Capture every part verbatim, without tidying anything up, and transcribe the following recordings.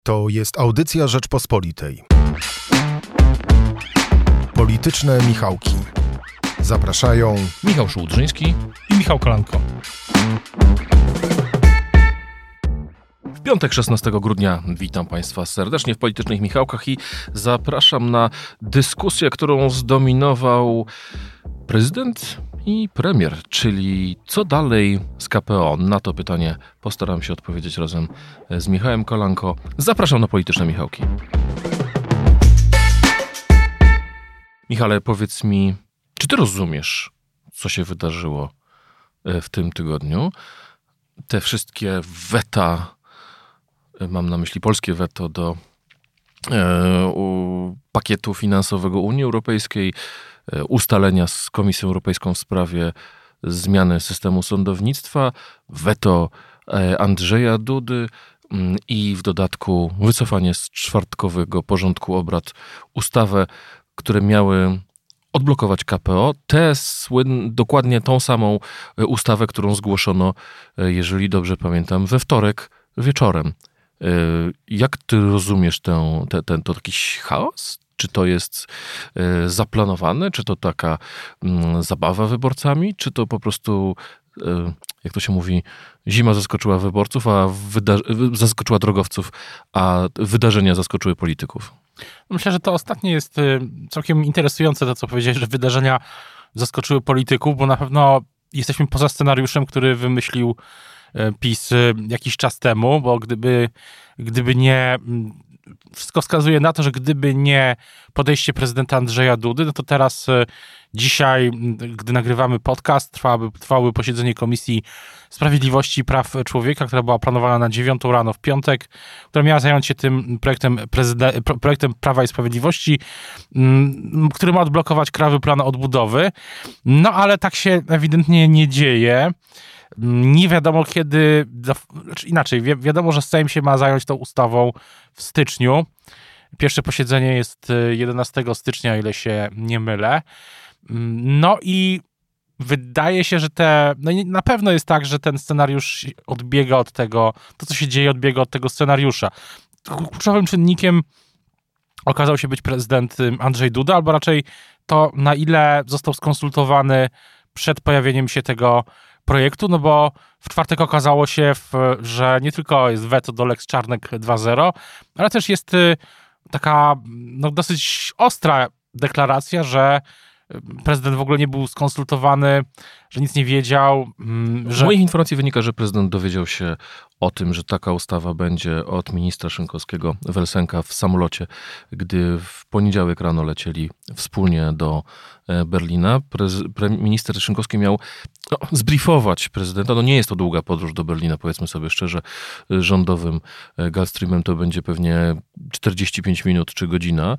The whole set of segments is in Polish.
To jest audycja Rzeczpospolitej. Polityczne Michałki. Zapraszają Michał Szułdrzyński i Michał Kolanko. W piątek szesnastego grudnia witam Państwa serdecznie w Politycznych Michałkach i zapraszam na dyskusję, którą zdominował prezydent i premier, czyli co dalej z K P O? Na to pytanie postaram się odpowiedzieć razem z Michałem Kolanko. Zapraszam na Polityczne Michałki. Michale, powiedz mi, czy ty rozumiesz, co się wydarzyło w tym tygodniu? Te wszystkie weta, mam na myśli polskie weto do e, u, pakietu finansowego Unii Europejskiej, e, ustalenia z Komisją Europejską w sprawie zmiany systemu sądownictwa, weto e, Andrzeja Dudy m, i w dodatku wycofanie z czwartkowego porządku obrad ustawę, które miały odblokować K P O, tę słyn, dokładnie tą samą ustawę, którą zgłoszono, jeżeli dobrze pamiętam, we wtorek wieczorem. Jak ty rozumiesz tę, ten, ten, to jakiś chaos? Czy to jest zaplanowane? Czy to taka mm, zabawa wyborcami? Czy to po prostu, jak to się mówi, zima zaskoczyła wyborców, a wyda- zaskoczyła drogowców, a wydarzenia zaskoczyły polityków? Myślę, że to ostatnie jest całkiem interesujące, to co powiedziałeś, że wydarzenia zaskoczyły polityków, bo na pewno jesteśmy poza scenariuszem, który wymyślił PiS jakiś czas temu, bo gdyby, gdyby nie... Wszystko wskazuje na to, że gdyby nie podejście prezydenta Andrzeja Dudy, no to teraz dzisiaj, gdy nagrywamy podcast, trwałoby, trwałoby posiedzenie Komisji Sprawiedliwości i Praw Człowieka, która była planowana na dziewiątą rano w piątek, która miała zająć się tym projektem, prezydent, projektem Prawa i Sprawiedliwości, który ma odblokować Krajowy Plan Odbudowy. No ale tak się ewidentnie nie dzieje. Nie wiadomo kiedy, znaczy inaczej, wi- wiadomo, że Sejm się ma zająć tą ustawą w styczniu. Pierwsze posiedzenie jest jedenastego stycznia, o ile się nie mylę. No i wydaje się, że te, no na pewno jest tak, że ten scenariusz odbiega od tego, to co się dzieje odbiega od tego scenariusza. Kluczowym czynnikiem okazał się być prezydent Andrzej Duda, albo raczej to, na ile został skonsultowany przed pojawieniem się tego projektu, no bo w czwartek okazało się, że nie tylko jest weto do Lex Czarnek dwa zero, ale też jest taka no, dosyć ostra deklaracja, że prezydent w ogóle nie był skonsultowany, że nic nie wiedział. Że... Z moich informacji wynika, że prezydent dowiedział się o tym, że taka ustawa będzie od ministra Szynkowskiego Welsenka w samolocie, gdy w poniedziałek rano lecieli wspólnie do Berlina. Prez, pre, minister Szynkowski miał no, zbriefować prezydenta. No nie jest to długa podróż do Berlina, powiedzmy sobie szczerze. Rządowym Gulfstreamem to będzie pewnie czterdzieści pięć minut czy godzina.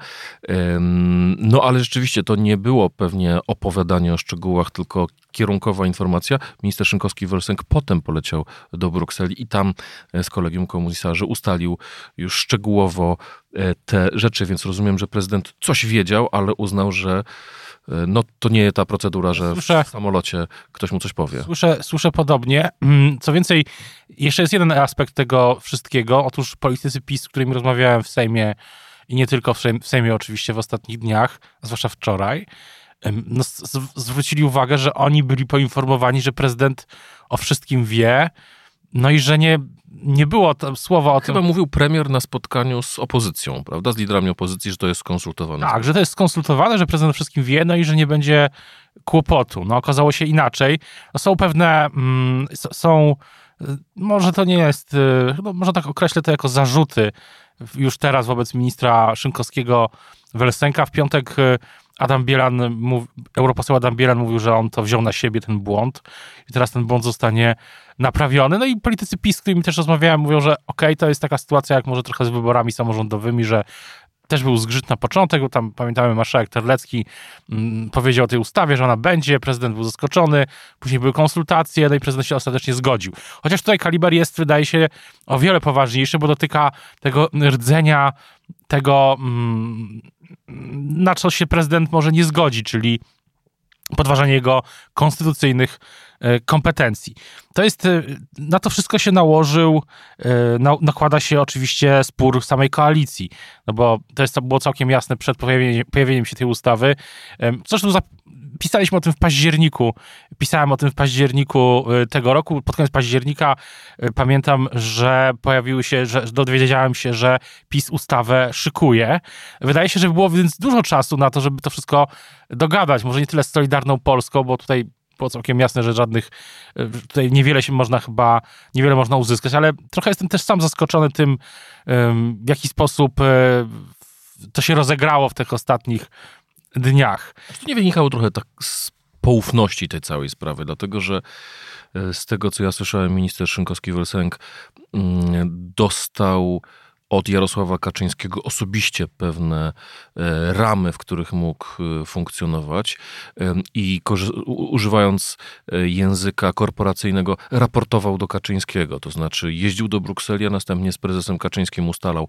No ale rzeczywiście to nie było pewnie opowiadanie o szczegółach, tylko kierunkowa informacja. Minister Szynkowski-Welsenk potem poleciał do Brukseli i tam z kolegium komisarzy ustalił już szczegółowo te rzeczy, więc rozumiem, że prezydent coś wiedział, ale uznał, że no to nie ta procedura, że słyszę, w samolocie ktoś mu coś powie. Słyszę, słyszę podobnie. Co więcej, jeszcze jest jeden aspekt tego wszystkiego. Otóż politycy PiS, z którymi rozmawiałem w Sejmie i nie tylko w Sejmie, w Sejmie oczywiście w ostatnich dniach, zwłaszcza wczoraj, no, z- zwrócili uwagę, że oni byli poinformowani, że prezydent o wszystkim wie, no i że nie, nie było tam słowa o Chyba tym... mówił premier na spotkaniu z opozycją, prawda? Z liderami opozycji, że to jest skonsultowane. Tak, że to jest skonsultowane, że prezydent o wszystkim wie, no i że nie będzie kłopotu. No okazało się inaczej. No, są pewne... Mm, są... Może to nie jest... No, może tak określę to jako zarzuty już teraz wobec ministra Szynkowskiego Welsenka. W piątek Adam Bielan, mów, europoseł Adam Bielan mówił, że on to wziął na siebie, ten błąd i teraz ten błąd zostanie naprawiony. No i politycy PiS, z którymi też rozmawiałem, mówią, że okej, okay, to jest taka sytuacja jak może trochę z wyborami samorządowymi, że też był zgrzyt na początek, bo tam pamiętamy marszałek Terlecki mm, powiedział o tej ustawie, że ona będzie, prezydent był zaskoczony, później były konsultacje, no i prezydent się ostatecznie zgodził. Chociaż tutaj kaliber jest, wydaje się, o wiele poważniejszy, bo dotyka tego rdzenia, tego mm, na co się prezydent może nie zgodzi, czyli podważanie jego konstytucyjnych kompetencji. To jest, na to wszystko się nałożył, na, nakłada się oczywiście spór samej koalicji, no bo to jest, to było całkiem jasne przed pojawieniem, pojawieniem się tej ustawy. Zresztą za, pisaliśmy o tym w październiku, pisałem o tym w październiku tego roku, pod koniec października pamiętam, że pojawiły się, że dowiedziałem się, że PiS ustawę szykuje. Wydaje się, że było więc dużo czasu na to, żeby to wszystko dogadać. Może nie tyle z Solidarną Polską, bo tutaj było całkiem jasne, że żadnych, tutaj niewiele się można chyba, niewiele można uzyskać, ale trochę jestem też sam zaskoczony tym, w jaki sposób to się rozegrało w tych ostatnich dniach. To nie wynikało trochę tak z poufności tej całej sprawy, dlatego że z tego, co ja słyszałem, minister Szynkowski-Welsenk dostał od Jarosława Kaczyńskiego osobiście pewne ramy, w których mógł funkcjonować i używając języka korporacyjnego raportował do Kaczyńskiego, to znaczy jeździł do Brukseli, a następnie z prezesem Kaczyńskim ustalał.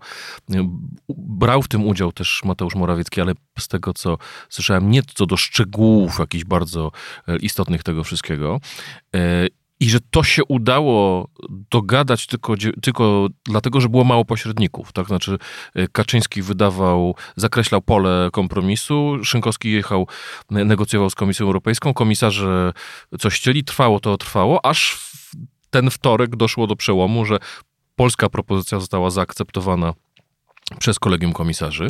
Brał w tym udział też Mateusz Morawiecki, ale z tego, co słyszałem, nie co do szczegółów jakichś bardzo istotnych tego wszystkiego. I że to się udało dogadać tylko, tylko dlatego, że było mało pośredników. Tak? Znaczy Kaczyński wydawał, zakreślał pole kompromisu, Szynkowski jechał, negocjował z Komisją Europejską, komisarze coś chcieli, trwało to, trwało, aż w ten wtorek doszło do przełomu, że polska propozycja została zaakceptowana przez kolegium komisarzy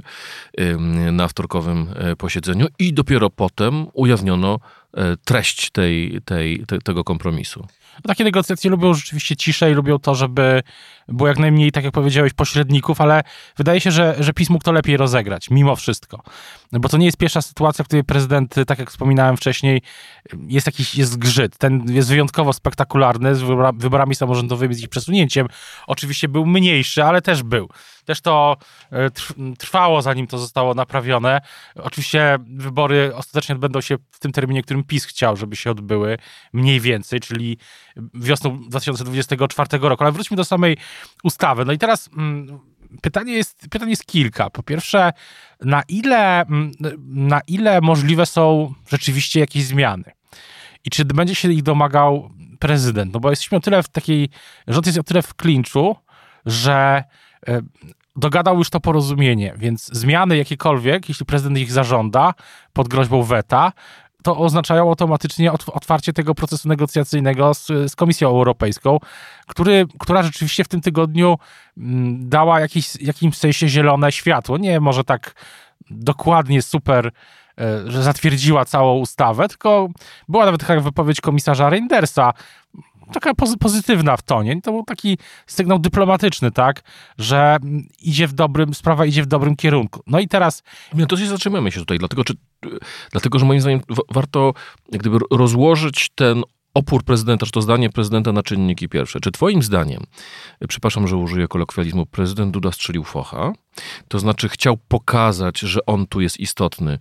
na wtorkowym posiedzeniu i dopiero potem ujawniono treść tej, tej, te, tego kompromisu. Takie negocjacje lubią rzeczywiście ciszę i lubią to, żeby było jak najmniej, tak jak powiedziałeś, pośredników, ale wydaje się, że, że PiS mógł to lepiej rozegrać, mimo wszystko. Bo to nie jest pierwsza sytuacja, w której prezydent, tak jak wspominałem wcześniej, jest jakiś jest zgrzyt. Ten jest wyjątkowo spektakularny, z wyborami samorządowymi, z ich przesunięciem. Oczywiście był mniejszy, ale też był. Też to trwało, zanim to zostało naprawione. Oczywiście wybory ostatecznie odbędą się w tym terminie, którym PiS chciał, żeby się odbyły mniej więcej, czyli wiosną dwa tysiące dwudziestego czwartego roku. Ale wróćmy do samej ustawy. No i teraz mm, pytanie jest, pytań jest kilka. Po pierwsze, na ile, na ile możliwe są rzeczywiście jakieś zmiany? I czy będzie się ich domagał prezydent? No bo jesteśmy o tyle w takiej, rząd jest o tyle w klinczu, że dogadał już to porozumienie, więc zmiany jakiekolwiek, jeśli prezydent ich zażąda pod groźbą weta, to oznaczają automatycznie otwarcie tego procesu negocjacyjnego z, z Komisją Europejską, który, która rzeczywiście w tym tygodniu dała jakieś, w jakimś sensie zielone światło. Nie może tak dokładnie super, że zatwierdziła całą ustawę, tylko była nawet taka wypowiedź komisarza Reindersa, taka pozytywna w tonie. To był taki sygnał dyplomatyczny, tak, że idzie w dobrym, sprawa idzie w dobrym kierunku. No i teraz... No to się zatrzymamy się tutaj, dlatego, czy, dlatego że moim zdaniem warto jak gdyby rozłożyć ten opór prezydenta, czy to zdanie prezydenta na czynniki pierwsze. Czy twoim zdaniem, przepraszam, że użyję kolokwializmu, prezydent Duda strzelił focha? To znaczy chciał pokazać, że on tu jest istotny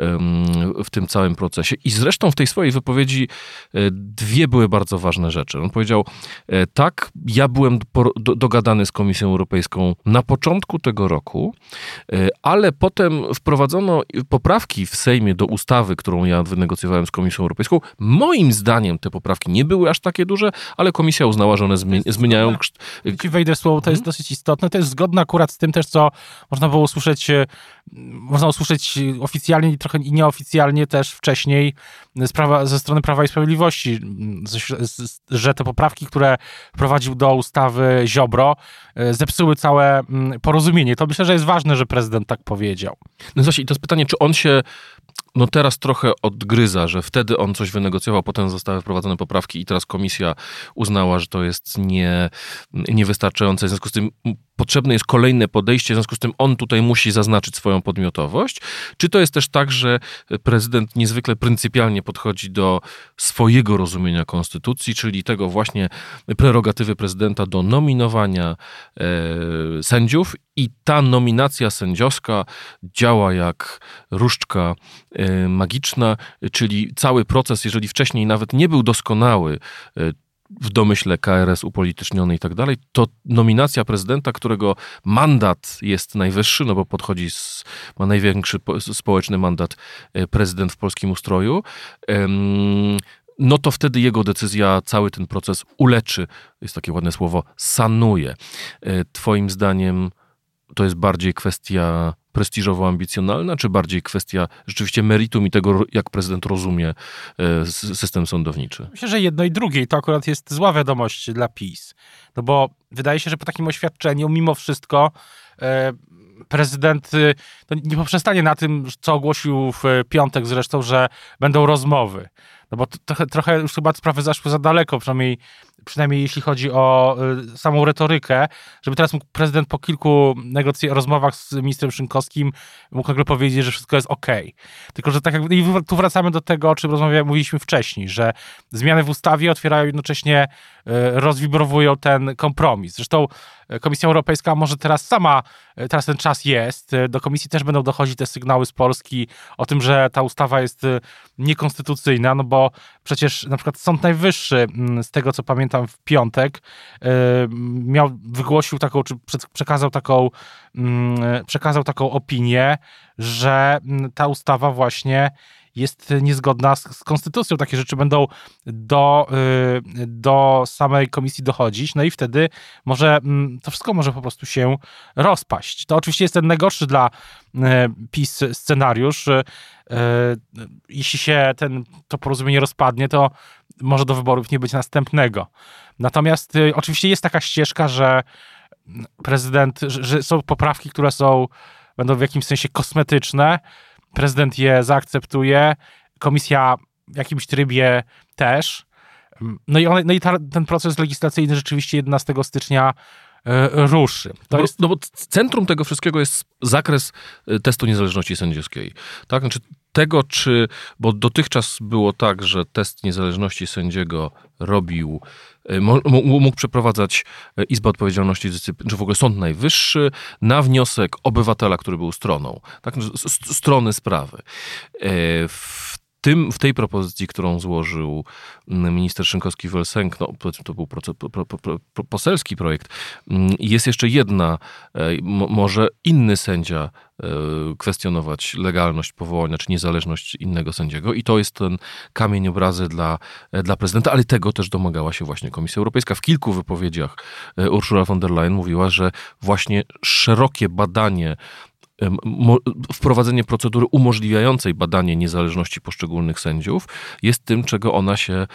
w tym całym procesie. I zresztą w tej swojej wypowiedzi dwie były bardzo ważne rzeczy. On powiedział, tak, ja byłem dogadany z Komisją Europejską na początku tego roku, ale potem wprowadzono poprawki w Sejmie do ustawy, którą ja wynegocjowałem z Komisją Europejską. Moim zdaniem te poprawki nie były aż takie duże, ale Komisja uznała, że one zmieniają... Ci wejdę słowo, to jest hmm? dosyć istotne. To jest zgodne akurat z tym też, co można było usłyszeć, można usłyszeć oficjalnie i trochę i nieoficjalnie też wcześniej z prawa, ze strony Prawa i Sprawiedliwości, że te poprawki, które wprowadził do ustawy Ziobro, zepsuły całe porozumienie. To myślę, że jest ważne, że prezydent tak powiedział. No właśnie, to jest pytanie, czy on się no teraz trochę odgryza, że wtedy on coś wynegocjował, potem zostały wprowadzone poprawki i teraz komisja uznała, że to jest nie, niewystarczające. W związku z tym potrzebne jest kolejne podejście, w związku z tym on tutaj musi zaznaczyć swoją podmiotowość. Czy to jest też tak, że prezydent niezwykle pryncypialnie podchodzi do swojego rozumienia konstytucji, czyli tego właśnie prerogatywy prezydenta do nominowania e, sędziów i ta nominacja sędziowska działa jak różdżka e, magiczna, czyli cały proces, jeżeli wcześniej nawet nie był doskonały, e, w domyśle K R S upolityczniony i tak dalej, to nominacja prezydenta, którego mandat jest najwyższy, no bo podchodzi, z, ma największy społeczny mandat prezydent w polskim ustroju, um, no to wtedy jego decyzja cały ten proces uleczy. Jest takie ładne słowo, sanuje. Twoim zdaniem to jest bardziej kwestia prestiżowo-ambicjonalna, czy bardziej kwestia rzeczywiście meritum i tego, jak prezydent rozumie system sądowniczy? Myślę, że jedno i drugie. I to akurat jest zła wiadomość dla PiS. No bo wydaje się, że po takim oświadczeniu mimo wszystko e, prezydent to nie poprzestanie na tym, co ogłosił w piątek zresztą, że będą rozmowy. No bo to, trochę, trochę już chyba sprawy zaszły za daleko, przynajmniej, przynajmniej jeśli chodzi o y, samą retorykę, żeby teraz mógł prezydent po kilku negocja- rozmowach z ministrem Szynkowskim mógł nagle powiedzieć, że wszystko jest okej. Tylko, że tak jak i tu wracamy do tego, o czym rozmawialiśmy, mówiliśmy wcześniej, że zmiany w ustawie otwierają jednocześnie, y, rozwibrowują ten kompromis. Zresztą Komisja Europejska może teraz sama, teraz ten czas jest, do komisji też będą dochodzić te sygnały z Polski o tym, że ta ustawa jest niekonstytucyjna, no bo przecież na przykład Sąd Najwyższy, z tego co pamiętam w piątek, miał, wygłosił taką, czy przekazał taką, przekazał taką opinię, że ta ustawa właśnie jest niezgodna z, z konstytucją. Takie rzeczy będą do, do samej komisji dochodzić, no i wtedy może to wszystko może po prostu się rozpaść. To oczywiście jest ten najgorszy dla PiS scenariusz. Jeśli się ten, to porozumienie rozpadnie, to może do wyborów nie być następnego. Natomiast oczywiście jest taka ścieżka, że prezydent, że, że są poprawki, które są, będą w jakimś sensie kosmetyczne, prezydent je zaakceptuje, komisja w jakimś trybie też. No i, one, no i ta, ten proces legislacyjny rzeczywiście jedenastego stycznia y, ruszy. To no, jest... no bo centrum tego wszystkiego jest zakres testu niezależności sędziowskiej. Tak? Znaczy tego, czy... Bo dotychczas było tak, że test niezależności sędziego robił, mógł przeprowadzać Izba Odpowiedzialności Dyscyplinarnej, czy w ogóle Sąd Najwyższy, na wniosek obywatela, który był stroną, tak? Strony sprawy. W tym, w tej propozycji, którą złożył minister Szynkowski-Welsenk, no, to był proces, pro, pro, pro, poselski projekt, jest jeszcze jedna, może inny sędzia kwestionować legalność powołania, czy niezależność innego sędziego i to jest ten kamień obrazy dla, dla prezydenta, ale tego też domagała się właśnie Komisja Europejska. W kilku wypowiedziach Ursula von der Leyen mówiła, że właśnie szerokie badanie, wprowadzenie procedury umożliwiającej badanie niezależności poszczególnych sędziów jest tym, czego ona się,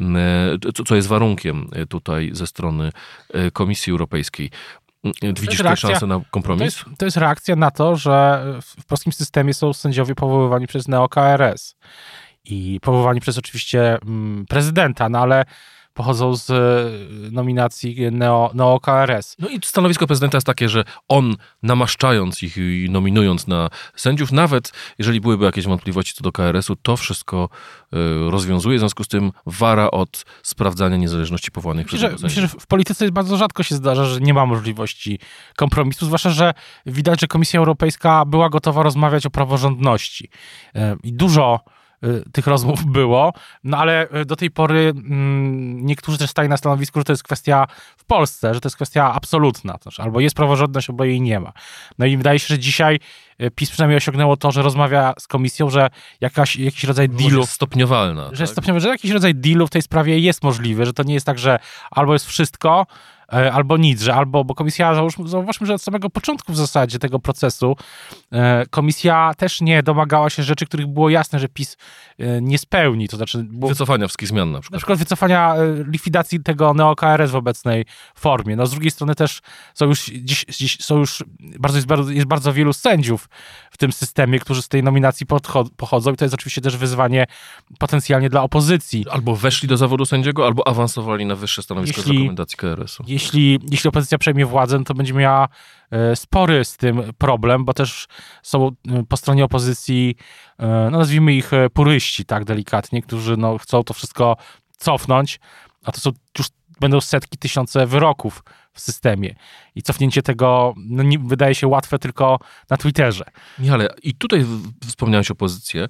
co jest warunkiem tutaj ze strony Komisji Europejskiej. Widzisz tę szansę na kompromis? To jest, to jest reakcja na to, że w polskim systemie są sędziowie powoływani przez neo-K R S i powoływani przez oczywiście prezydenta, no ale pochodzą z nominacji neo, neo-K R S. No i stanowisko prezydenta jest takie, że on namaszczając ich i nominując na sędziów, nawet jeżeli byłyby jakieś wątpliwości co do K R S u, to wszystko rozwiązuje. W związku z tym wara od sprawdzania niezależności powołanych przez sędziów. Myślę, że w polityce bardzo rzadko się zdarza, że nie ma możliwości kompromisu, zwłaszcza, że widać, że Komisja Europejska była gotowa rozmawiać o praworządności. I dużo tych rozmów było, no ale do tej pory mm, niektórzy też stali na stanowisku, że to jest kwestia w Polsce, że to jest kwestia absolutna. To znaczy, albo jest praworządność, albo jej nie ma. No i wydaje się, że dzisiaj PiS przynajmniej osiągnęło to, że rozmawia z komisją, że jakaś, jakiś rodzaj dealu... jest stopniowalna. Że tak? stopniowy, że jakiś rodzaj dealu w tej sprawie jest możliwy, że to nie jest tak, że albo jest wszystko, albo nic, że albo, bo komisja, zauważmy, że od samego początku w zasadzie tego procesu komisja też nie domagała się rzeczy, których było jasne, że PiS nie spełni, to znaczy... Było, wycofania wszystkich zmian na przykład. Na przykład wycofania likwidacji tego neo-K R S w obecnej formie. No z drugiej strony też są już, dziś, dziś są już bardzo, jest, bardzo, jest bardzo wielu sędziów w tym systemie, którzy z tej nominacji podcho- pochodzą i to jest oczywiście też wyzwanie potencjalnie dla opozycji. Albo weszli do zawodu sędziego, albo awansowali na wyższe stanowisko z rekomendacji K R S u. Jeśli, jeśli opozycja przejmie władzę, no to będzie miała e, spory z tym problem, bo też są po stronie opozycji, e, no nazwijmy ich puryści, tak delikatnie, którzy no, chcą to wszystko cofnąć, a to są już będą setki, tysiące wyroków w systemie. I cofnięcie tego no, nie, wydaje się łatwe tylko na Twitterze. Michale, i tutaj wspomniałeś opozycję,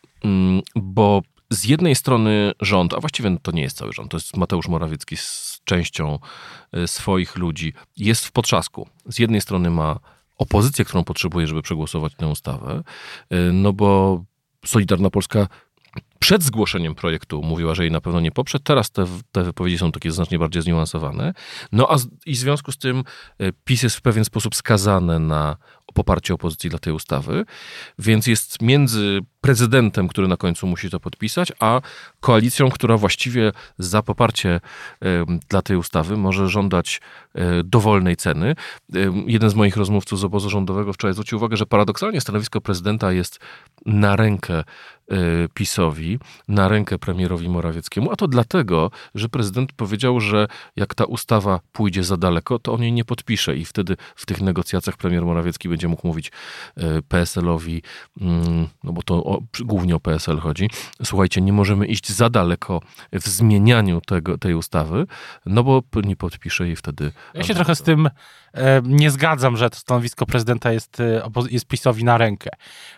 bo z jednej strony rząd, a właściwie to nie jest cały rząd, to jest Mateusz Morawiecki z częścią swoich ludzi, jest w potrzasku. Z jednej strony ma opozycję, którą potrzebuje, żeby przegłosować tę ustawę, no bo Solidarna Polska przed zgłoszeniem projektu mówiła, że jej na pewno nie poprze. Teraz te, te wypowiedzi są takie znacznie bardziej zniuansowane. No a z, i w związku z tym PiS jest w pewien sposób skazane na poparcie opozycji dla tej ustawy, więc jest między prezydentem, który na końcu musi to podpisać, a koalicją, która właściwie za poparcie y, dla tej ustawy może żądać y, dowolnej ceny. Y, jeden z moich rozmówców z obozu rządowego wczoraj zwrócił uwagę, że paradoksalnie stanowisko prezydenta jest na rękę y, PiS-owi, na rękę premierowi Morawieckiemu, a to dlatego, że prezydent powiedział, że jak ta ustawa pójdzie za daleko, to on jej nie podpisze i wtedy w tych negocjacjach premier Morawiecki będzie mógł mówić y, P S L-owi, y, no bo to o, głównie o P S L chodzi, słuchajcie, nie możemy iść za daleko w zmienianiu tego, tej ustawy, no bo nie podpisze jej wtedy. Ja się trochę z tym e, nie zgadzam, że to stanowisko prezydenta jest, jest PiS-owi na rękę,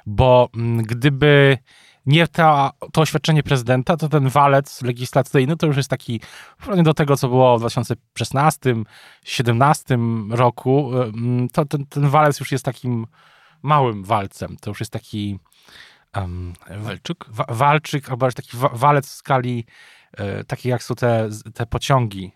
bo m, gdyby nie ta, to oświadczenie prezydenta, to ten walec legislacyjny to już jest taki w do tego, co było w dwa tysiące szesnastym, dwa tysiące siedemnastym roku, to ten, ten walec już jest takim małym walcem. To już jest taki um, walczyk? Wa, walczyk, albo taki wa, walec w skali e, takiej jak są te, te pociągi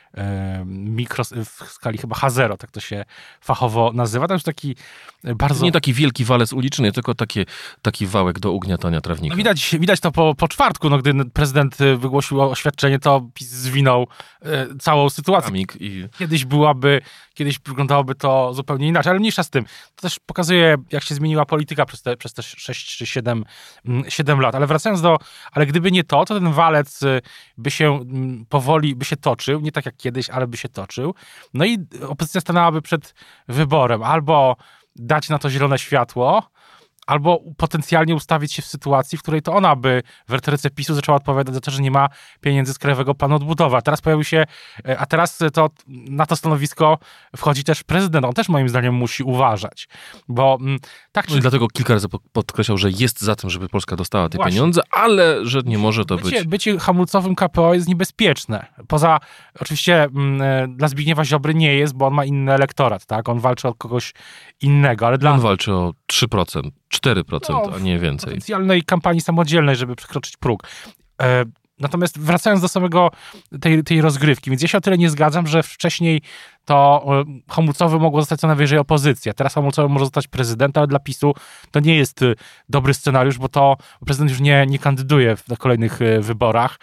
e, mikro, w skali chyba H zero, tak to się fachowo nazywa. To już taki bardzo... To nie taki wielki walec uliczny, tylko takie, taki wałek do ugniatania trawnika. No widać, widać to po, po czwartku, no, gdy prezydent wygłosił oświadczenie, to PiS zwinął e, całą sytuację. I... Kiedyś byłaby, kiedyś wyglądałoby to zupełnie inaczej, ale mniejsza z tym. To też pokazuje, jak się zmieniła polityka przez te, przez te sześć czy siedem lat. Ale wracając do, ale gdyby nie to, to ten walec by się powoli, by się toczył, nie tak jak kiedyś, ale by się toczył. No i opozycja stanęłaby przed wyborem. Albo dać na to zielone światło, albo potencjalnie ustawić się w sytuacji, w której to ona by w retoryce PiS-u zaczęła odpowiadać za to, że nie ma pieniędzy z Krajowego Planu Odbudowy. A teraz pojawił się, a teraz to na to stanowisko wchodzi też prezydent. On też moim zdaniem musi uważać, bo tak czy... No i dlatego kilka razy podkreślał, że jest za tym, żeby Polska dostała te Właśnie. pieniądze, ale że nie może to bycie, być... Bycie hamulcowym K P O jest niebezpieczne. Poza, oczywiście m, dla Zbigniewa Ziobry nie jest, bo on ma inny elektorat, tak? On walczy o kogoś innego, ale dla... On walczy o trzy procent, cztery procent, no, a nie więcej. Potencjalnej kampanii samodzielnej, żeby przekroczyć próg. E, natomiast wracając do samego tej, tej rozgrywki, więc ja się o tyle nie zgadzam, że wcześniej to hamulcowy mogło zostać co najwyżej opozycja. Teraz hamulcowy może zostać prezydent, ale dla PiS-u to nie jest dobry scenariusz, bo to prezydent już nie, nie kandyduje w kolejnych wyborach.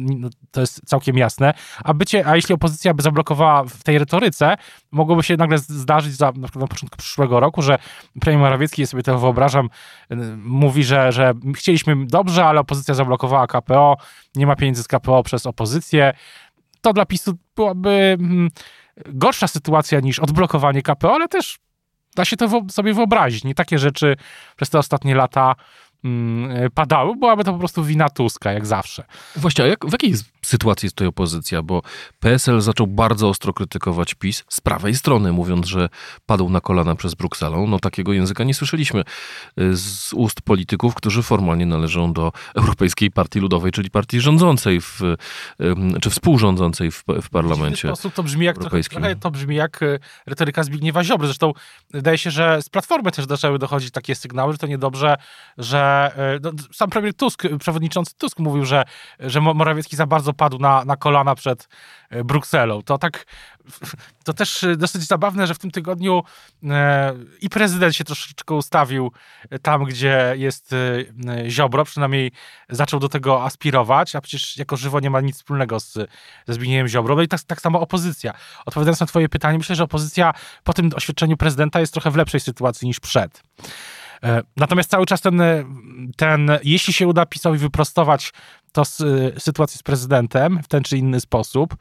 To jest całkiem jasne. A bycie, a jeśli opozycja by zablokowała w tej retoryce, mogłoby się nagle zdarzyć za, na, na początku przyszłego roku, że premier Morawiecki, ja sobie to wyobrażam, mówi, że, że chcieliśmy dobrze, ale opozycja zablokowała K P O, nie ma pieniędzy z K P O przez opozycję. To dla PiS-u byłaby gorsza sytuacja niż odblokowanie K P O, ale też da się to sobie wyobrazić. Nie takie rzeczy przez te ostatnie lata mm, padały. Byłaby to po prostu wina Tuska, jak zawsze. Właśnie, a jak, w jakiej sytuacji jest tutaj opozycja? Bo P S L zaczął bardzo ostro krytykować PiS z prawej strony, mówiąc, że padł na kolana przez Brukselę. No takiego języka nie słyszeliśmy z ust polityków, którzy formalnie należą do Europejskiej Partii Ludowej, czyli partii rządzącej, w, czy współrządzącej w, w parlamencie. W ten sposób to brzmi jak, europejskim. Trochę, trochę to brzmi jak retoryka Zbigniewa Ziobry. Zresztą wydaje się, że z Platformy też zaczęły dochodzić takie sygnały, że to niedobrze, że no, sam premier Tusk, przewodniczący Tusk mówił, że, że Morawiecki za bardzo padł na, na kolana przed Brukselą. To tak, to też dosyć zabawne, że w tym tygodniu e, i prezydent się troszeczkę ustawił tam, gdzie jest e, Ziobro, przynajmniej zaczął do tego aspirować, a przecież jako żywo nie ma nic wspólnego z, ze Zbigniewem Ziobrą. No i tak, tak samo opozycja. Odpowiadając na twoje pytanie, myślę, że opozycja po tym oświadczeniu prezydenta jest trochę w lepszej sytuacji niż przed. Natomiast cały czas ten, ten jeśli się uda PiS-owi wyprostować to z, sytuację z prezydentem w ten czy inny sposób,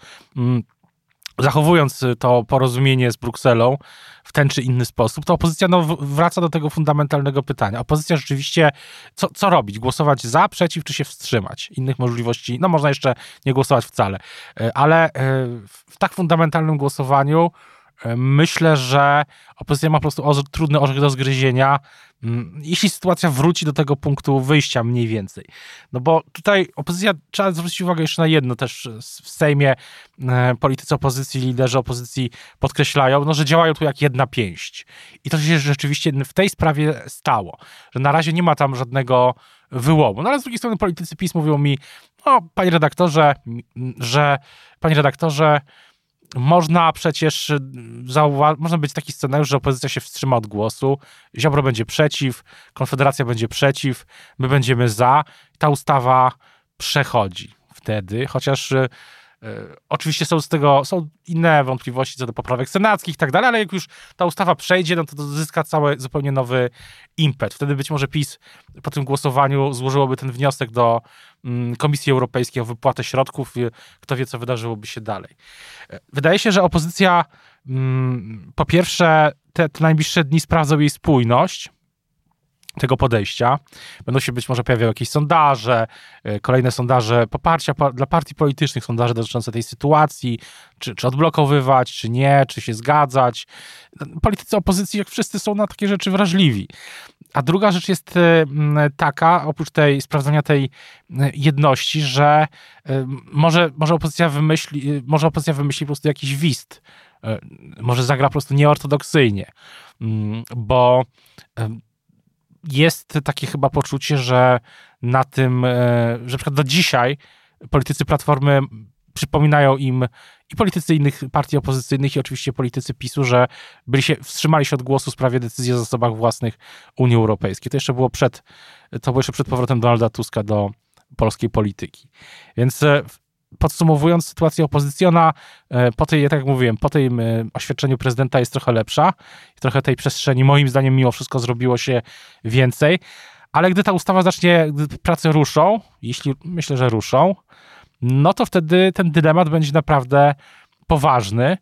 zachowując to porozumienie z Brukselą w ten czy inny sposób, to opozycja no, wraca do tego fundamentalnego pytania. Opozycja rzeczywiście, co, co robić? Głosować za, przeciw, czy się wstrzymać? Innych możliwości, no można jeszcze nie głosować wcale, ale w tak fundamentalnym głosowaniu Myślę, że opozycja ma po prostu orze- trudny orzech do zgryzienia, jeśli sytuacja wróci do tego punktu wyjścia mniej więcej. No bo tutaj opozycja, trzeba zwrócić uwagę jeszcze na jedno też w Sejmie politycy opozycji, liderzy opozycji podkreślają, no, że działają tu jak jedna pięść. I to się rzeczywiście w tej sprawie stało, że na razie nie ma tam żadnego wyłomu. No ale z drugiej strony politycy PiS mówią mi, no panie redaktorze, że panie redaktorze, można przecież zauwa- można być taki scenariusz, że opozycja się wstrzyma od głosu, Ziobro będzie przeciw, Konfederacja będzie przeciw, my będziemy za. Ta ustawa przechodzi wtedy, chociaż y, y, oczywiście są z tego, są inne wątpliwości co do poprawek senackich i tak dalej, ale jak już ta ustawa przejdzie, no to, to zyska cały zupełnie nowy impet. Wtedy być może PiS po tym głosowaniu złożyłoby ten wniosek do mm, Komisji Europejskiej o wypłatę środków i kto wie, co wydarzyłoby się dalej. Wydaje się, że opozycja mm, po pierwsze te, te najbliższe dni sprawdzą jej spójność tego podejścia. Będą się być może pojawiały jakieś sondaże, kolejne sondaże poparcia dla partii politycznych, sondaże dotyczące tej sytuacji, czy, czy odblokowywać, czy nie, czy się zgadzać. Politycy opozycji, jak wszyscy, są na takie rzeczy wrażliwi. A druga rzecz jest taka, oprócz tej sprawdzania tej jedności, że może, może, opozycja wymyśli, może opozycja wymyśli po prostu jakiś wist. Może zagra po prostu nieortodoksyjnie, bo jest takie chyba poczucie, że na tym, że na przykład do dzisiaj politycy Platformy przypominają im i politycy innych partii opozycyjnych i oczywiście politycy PiSu, że byli się, wstrzymali się od głosu w sprawie decyzji o zasobach własnych Unii Europejskiej. To jeszcze było przed, to było jeszcze przed powrotem Donalda Tuska do polskiej polityki. Więc podsumowując, sytuacja opozycji, ona po tej, tak jak mówiłem, po tym oświadczeniu prezydenta jest trochę lepsza i trochę tej przestrzeni, moim zdaniem, mimo wszystko zrobiło się więcej, ale gdy ta ustawa zacznie, gdy prace ruszą, jeśli myślę, że ruszą, no to wtedy ten dylemat będzie naprawdę poważny,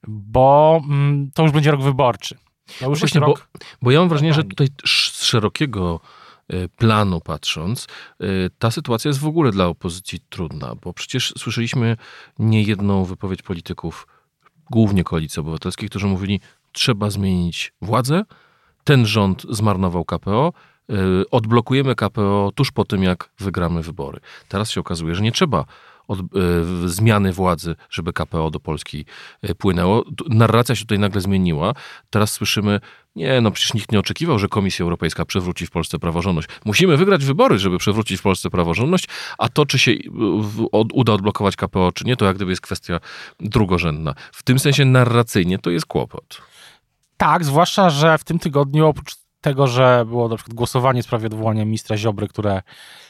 bo mm, to już będzie rok wyborczy. To już Właśnie, jest rok... bo, bo ja mam wrażenie, że tutaj z szerokiego planu patrząc, ta sytuacja jest w ogóle dla opozycji trudna, bo przecież słyszeliśmy niejedną wypowiedź polityków, głównie Koalicji Obywatelskiej, którzy mówili, trzeba zmienić władzę, ten rząd zmarnował K P O, odblokujemy K P O tuż po tym, jak wygramy wybory. Teraz się okazuje, że nie trzeba od, y, zmiany władzy, żeby K P O do Polski y, płynęło. Narracja się tutaj nagle zmieniła. Teraz słyszymy, nie, no przecież nikt nie oczekiwał, że Komisja Europejska przywróci w Polsce praworządność. Musimy wygrać wybory, żeby przywrócić w Polsce praworządność, a to, czy się w, od, uda odblokować K P O, czy nie, to jak gdyby jest kwestia drugorzędna. W tym sensie narracyjnie to jest kłopot. Tak, zwłaszcza, że w tym tygodniu oprócz tego, że było na przykład głosowanie w sprawie odwołania ministra Ziobry, które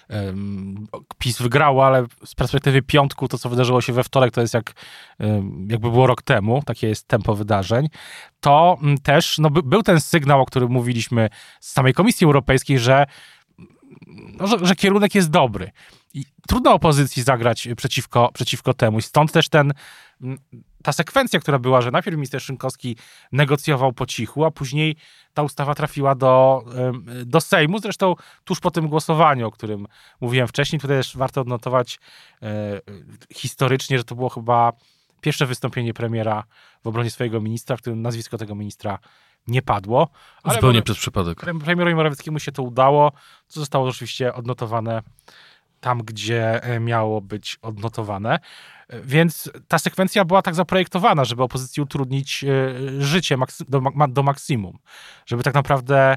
um, PiS wygrało, ale z perspektywy piątku to, co wydarzyło się we wtorek, to jest jak um, jakby było rok temu, takie jest tempo wydarzeń, to um, też no, by, był ten sygnał, o którym mówiliśmy z samej Komisji Europejskiej, że, no, że, że kierunek jest dobry. I trudno opozycji zagrać przeciwko, przeciwko temu. I stąd też ten, ta sekwencja, która była, że najpierw minister Szynkowski negocjował po cichu, a później ta ustawa trafiła do, do Sejmu, zresztą tuż po tym głosowaniu, o którym mówiłem wcześniej. Tutaj też warto odnotować e, historycznie, że to było chyba pierwsze wystąpienie premiera w obronie swojego ministra, w którym nazwisko tego ministra nie padło. Ale Zupełnie może, przez przypadek. Premierowi Morawieckiemu się to udało, co zostało oczywiście odnotowane tam, gdzie miało być odnotowane. Więc ta sekwencja była tak zaprojektowana, żeby opozycji utrudnić życie do, do maksimum. Żeby tak naprawdę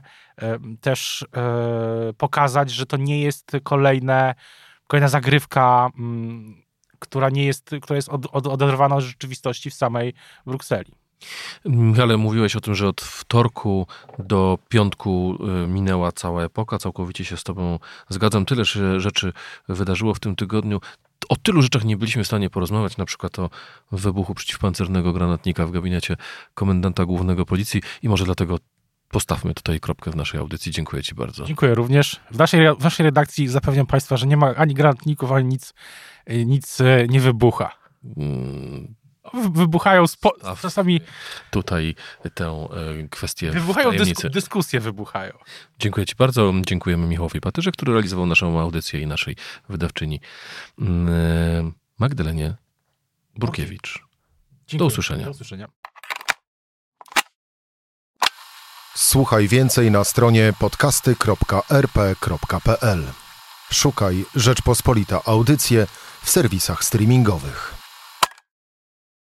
też pokazać, że to nie jest kolejne, kolejna zagrywka, która nie jest, która jest od, od, oderwana od rzeczywistości w samej Brukseli. Michale, mówiłeś o tym, że od wtorku do piątku minęła cała epoka. Całkowicie się z tobą zgadzam. Tyle rzeczy wydarzyło w tym tygodniu. O tylu rzeczach nie byliśmy w stanie porozmawiać, na przykład o wybuchu przeciwpancernego granatnika w gabinecie komendanta głównego policji i może dlatego postawmy tutaj kropkę w naszej audycji. Dziękuję ci bardzo. Dziękuję również. W naszej, w naszej redakcji zapewniam państwa, że nie ma ani granatników, ani nic, nic nie wybucha. Hmm. Wybuchają spo... czasami... Tutaj tę y, kwestię Wybuchają dysku... dyskusje wybuchają. Dziękuję ci bardzo. Dziękujemy Michałowi Patyrze, który realizował naszą audycję i naszej wydawczyni y, Magdalenie Burkiewicz. Dziękuję. Do usłyszenia. Do usłyszenia. Słuchaj więcej na stronie podcasty kropka er pe kropka pe el. Szukaj Rzeczpospolita Audycje w serwisach streamingowych.